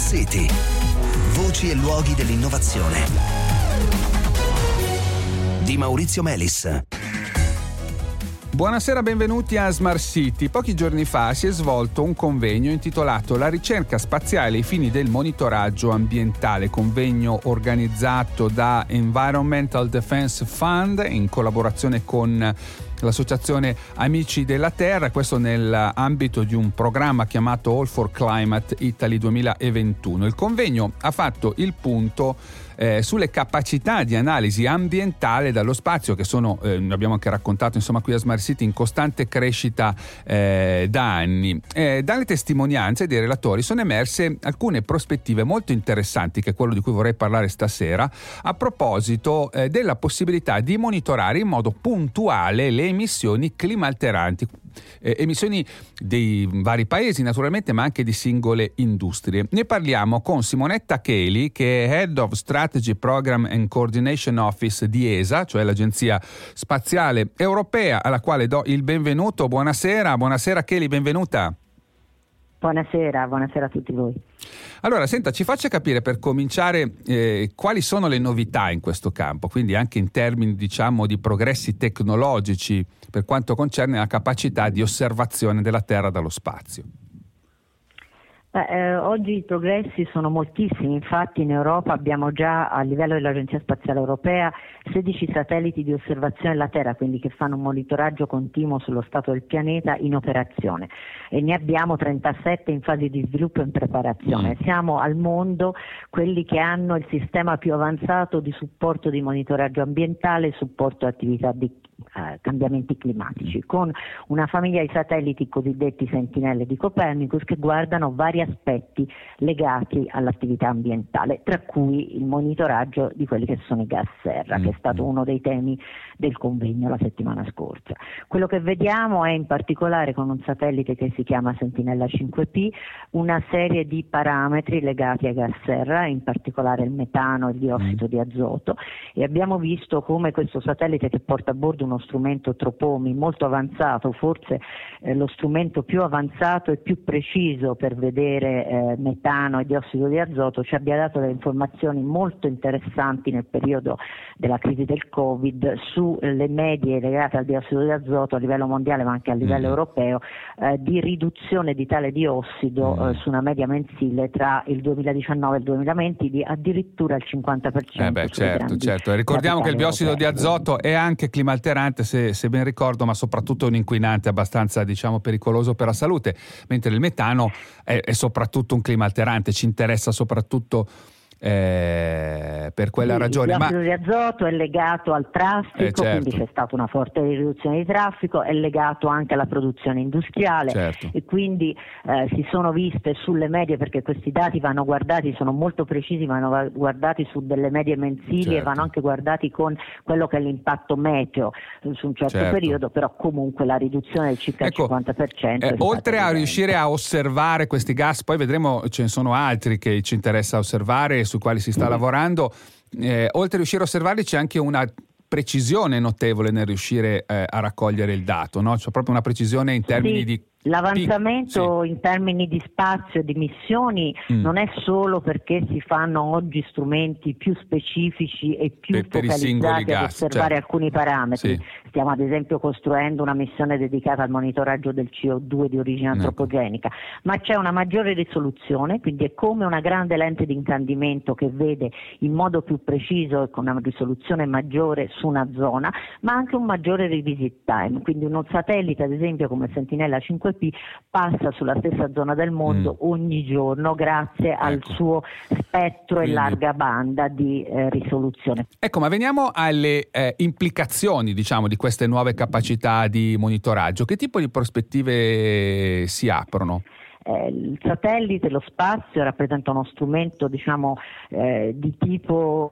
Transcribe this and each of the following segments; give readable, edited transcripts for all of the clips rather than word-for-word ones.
City. Voci e luoghi dell'innovazione. Di Maurizio Melis. Buonasera, benvenuti a Smart City. Pochi giorni fa si è svolto un convegno intitolato La ricerca spaziale ai fini del monitoraggio ambientale, convegno organizzato da Environmental Defense Fund in collaborazione con l'associazione Amici della Terra, questo nell'ambito di un programma chiamato All for Climate Italy 2021. Il convegno ha fatto il punto sulle capacità di analisi ambientale dallo spazio, che sono, abbiamo anche raccontato qui a Smart City, in costante crescita da anni. Dalle testimonianze dei relatori sono emerse alcune prospettive molto interessanti, che è quello di cui vorrei parlare stasera, a proposito della possibilità di monitorare in modo puntuale le emissioni climalteranti, emissioni dei vari paesi naturalmente, ma anche di singole industrie. Ne parliamo con Simonetta Cheli, che è Head of Strategy Program and Coordination Office di ESA, cioè l'Agenzia Spaziale Europea, alla quale do il benvenuto. Buonasera Cheli, benvenuta. Buonasera a tutti voi. Allora, senta, ci faccia capire per cominciare quali sono le novità in questo campo, quindi anche in termini, di progressi tecnologici per quanto concerne la capacità di osservazione della Terra dallo spazio. Oggi i progressi sono moltissimi, infatti in Europa abbiamo già a livello dell'Agenzia Spaziale Europea 16 satelliti di osservazione della Terra, quindi che fanno un monitoraggio continuo sullo stato del pianeta in operazione, e ne abbiamo 37 in fase di sviluppo e in preparazione. Siamo al mondo quelli che hanno il sistema più avanzato di supporto di monitoraggio ambientale e supporto a attività di cambiamenti climatici, con una famiglia di satelliti cosiddetti sentinelle di Copernicus che guardano vari aspetti legati all'attività ambientale, tra cui il monitoraggio di quelli che sono i gas serra, che è stato uno dei temi del convegno la settimana scorsa. Quello che vediamo è in particolare, con un satellite che si chiama Sentinella 5P, una serie di parametri legati ai gas serra, in particolare il metano e il diossido di azoto, e abbiamo visto come questo satellite, che porta a bordo uno strumento Tropomi molto avanzato, forse lo strumento più avanzato e più preciso per vedere metano e diossido di azoto, ci abbia dato delle informazioni molto interessanti nel periodo della crisi del Covid sulle medie legate al diossido di azoto a livello mondiale ma anche a livello europeo, di riduzione di tale diossido su una media mensile tra il 2019 e il 2020 di addirittura il 50%. Certo. Ricordiamo che il diossido di azoto è anche climalterante, se ben ricordo, ma soprattutto un inquinante abbastanza pericoloso per la salute, mentre il metano è soprattutto un climalterante, ci interessa soprattutto per quella ragione. Il diossido di azoto è legato al traffico, quindi c'è stata una forte riduzione di traffico, è legato anche alla produzione industriale, e quindi si sono viste sulle medie, perché questi dati vanno guardati, sono molto precisi, vanno guardati su delle medie mensili e vanno anche guardati con quello che è l'impatto meteo su un certo periodo, però comunque la riduzione del circa il 50%. Oltre a riuscire a osservare questi gas, poi vedremo, ce ne sono altri che ci interessa osservare, su quali si sta lavorando, oltre a riuscire a osservarli c'è anche una precisione notevole nel riuscire a raccogliere il dato, no? C'è proprio una precisione in termini di l'avanzamento in termini di spazio e di missioni non è solo perché si fanno oggi strumenti più specifici e più focalizzati ad osservare alcuni parametri. Stiamo ad esempio costruendo una missione dedicata al monitoraggio del CO2 di origine antropogenica, ma c'è una maggiore risoluzione, quindi è come una grande lente di ingrandimento che vede in modo più preciso e con una risoluzione maggiore su una zona, ma anche un maggiore revisit time, quindi uno satellite ad esempio come Sentinella 5P passa sulla stessa zona del mondo ogni giorno grazie al suo spettro e larga banda di risoluzione. Ma veniamo alle implicazioni di queste nuove capacità di monitoraggio. Che tipo di prospettive si aprono? Il satellite, lo spazio rappresenta uno strumento di tipo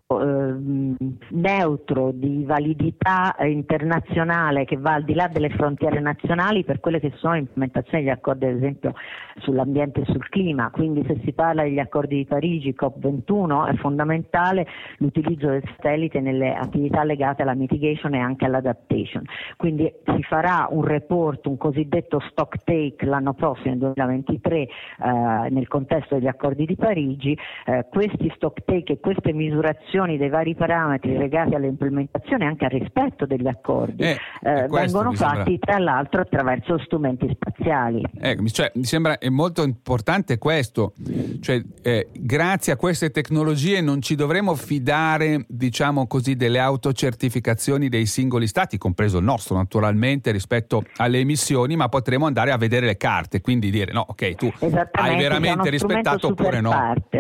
neutro, di validità internazionale, che va al di là delle frontiere nazionali per quelle che sono l'implementazione degli accordi ad esempio sull'ambiente e sul clima. Quindi se si parla degli accordi di Parigi, COP21, è fondamentale l'utilizzo del satellite nelle attività legate alla mitigation e anche all'adaptation. Quindi si farà un report, un cossidetto stock take l'anno prossimo, nel 2023, 2003 nel contesto degli accordi di Parigi. Questi stocktake e queste misurazioni dei vari parametri legati all'implementazione e anche al rispetto degli accordi vengono fatti tra l'altro attraverso strumenti spaziali. Mi sembra molto importante questo, cioè grazie a queste tecnologie non ci dovremo fidare, diciamo così, delle autocertificazioni dei singoli stati, compreso il nostro naturalmente, rispetto alle emissioni, ma potremo andare a vedere le carte, quindi dire no, ok, tu hai veramente rispettato oppure no.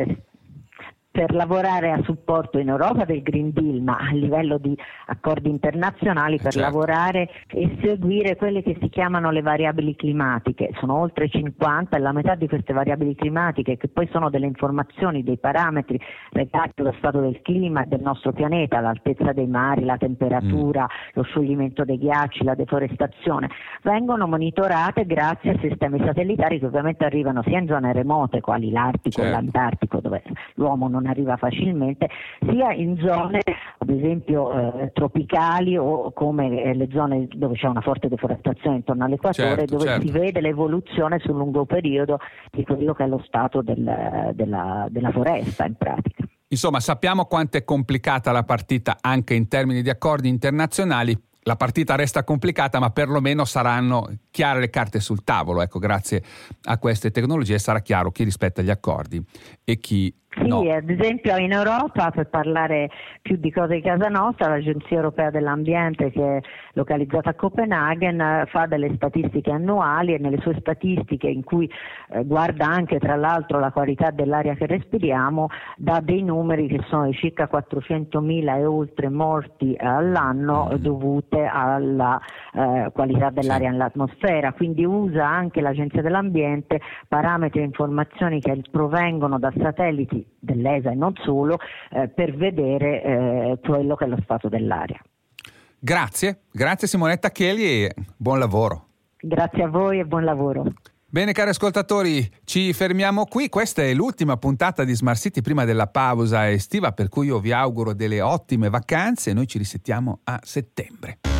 Per lavorare a supporto in Europa del Green Deal, ma a livello di accordi internazionali, per lavorare e seguire quelle che si chiamano le variabili climatiche. Sono oltre 50 e la metà di queste variabili climatiche, che poi sono delle informazioni, dei parametri legati allo stato del clima e del nostro pianeta, l'altezza dei mari, la temperatura, lo scioglimento dei ghiacci, la deforestazione, vengono monitorate grazie a sistemi satellitari che ovviamente arrivano sia in zone remote, quali l'Artico e l'Antartico, dove l'uomo non arriva facilmente, sia in zone ad esempio tropicali o come le zone dove c'è una forte deforestazione intorno all'equatore, dove si vede l'evoluzione sul lungo periodo di quello che è lo stato della foresta in pratica. Insomma, sappiamo quanto è complicata la partita anche in termini di accordi internazionali. La partita resta complicata, ma perlomeno saranno chiare le carte sul tavolo. Ecco, grazie a queste tecnologie sarà chiaro chi rispetta gli accordi e chi no. Sì, ad esempio in Europa, per parlare più di cose di casa nostra, l'Agenzia Europea dell'Ambiente, che è localizzata a Copenaghen, fa delle statistiche annuali e nelle sue statistiche, in cui guarda anche tra l'altro la qualità dell'aria che respiriamo, dà dei numeri che sono di circa 400.000 e oltre morti all'anno dovute alla qualità dell'aria nell'atmosfera. Quindi usa anche l'Agenzia dell'Ambiente parametri e informazioni che provengono da satelliti dell'ESA e non solo, per vedere quello che è lo stato dell'aria. Grazie Simonetta Cheli e buon lavoro. Grazie a voi e buon lavoro. Bene cari ascoltatori, ci fermiamo qui. Questa è l'ultima puntata di Smart City prima della pausa estiva, per cui io vi auguro delle ottime vacanze e noi ci risentiamo a settembre.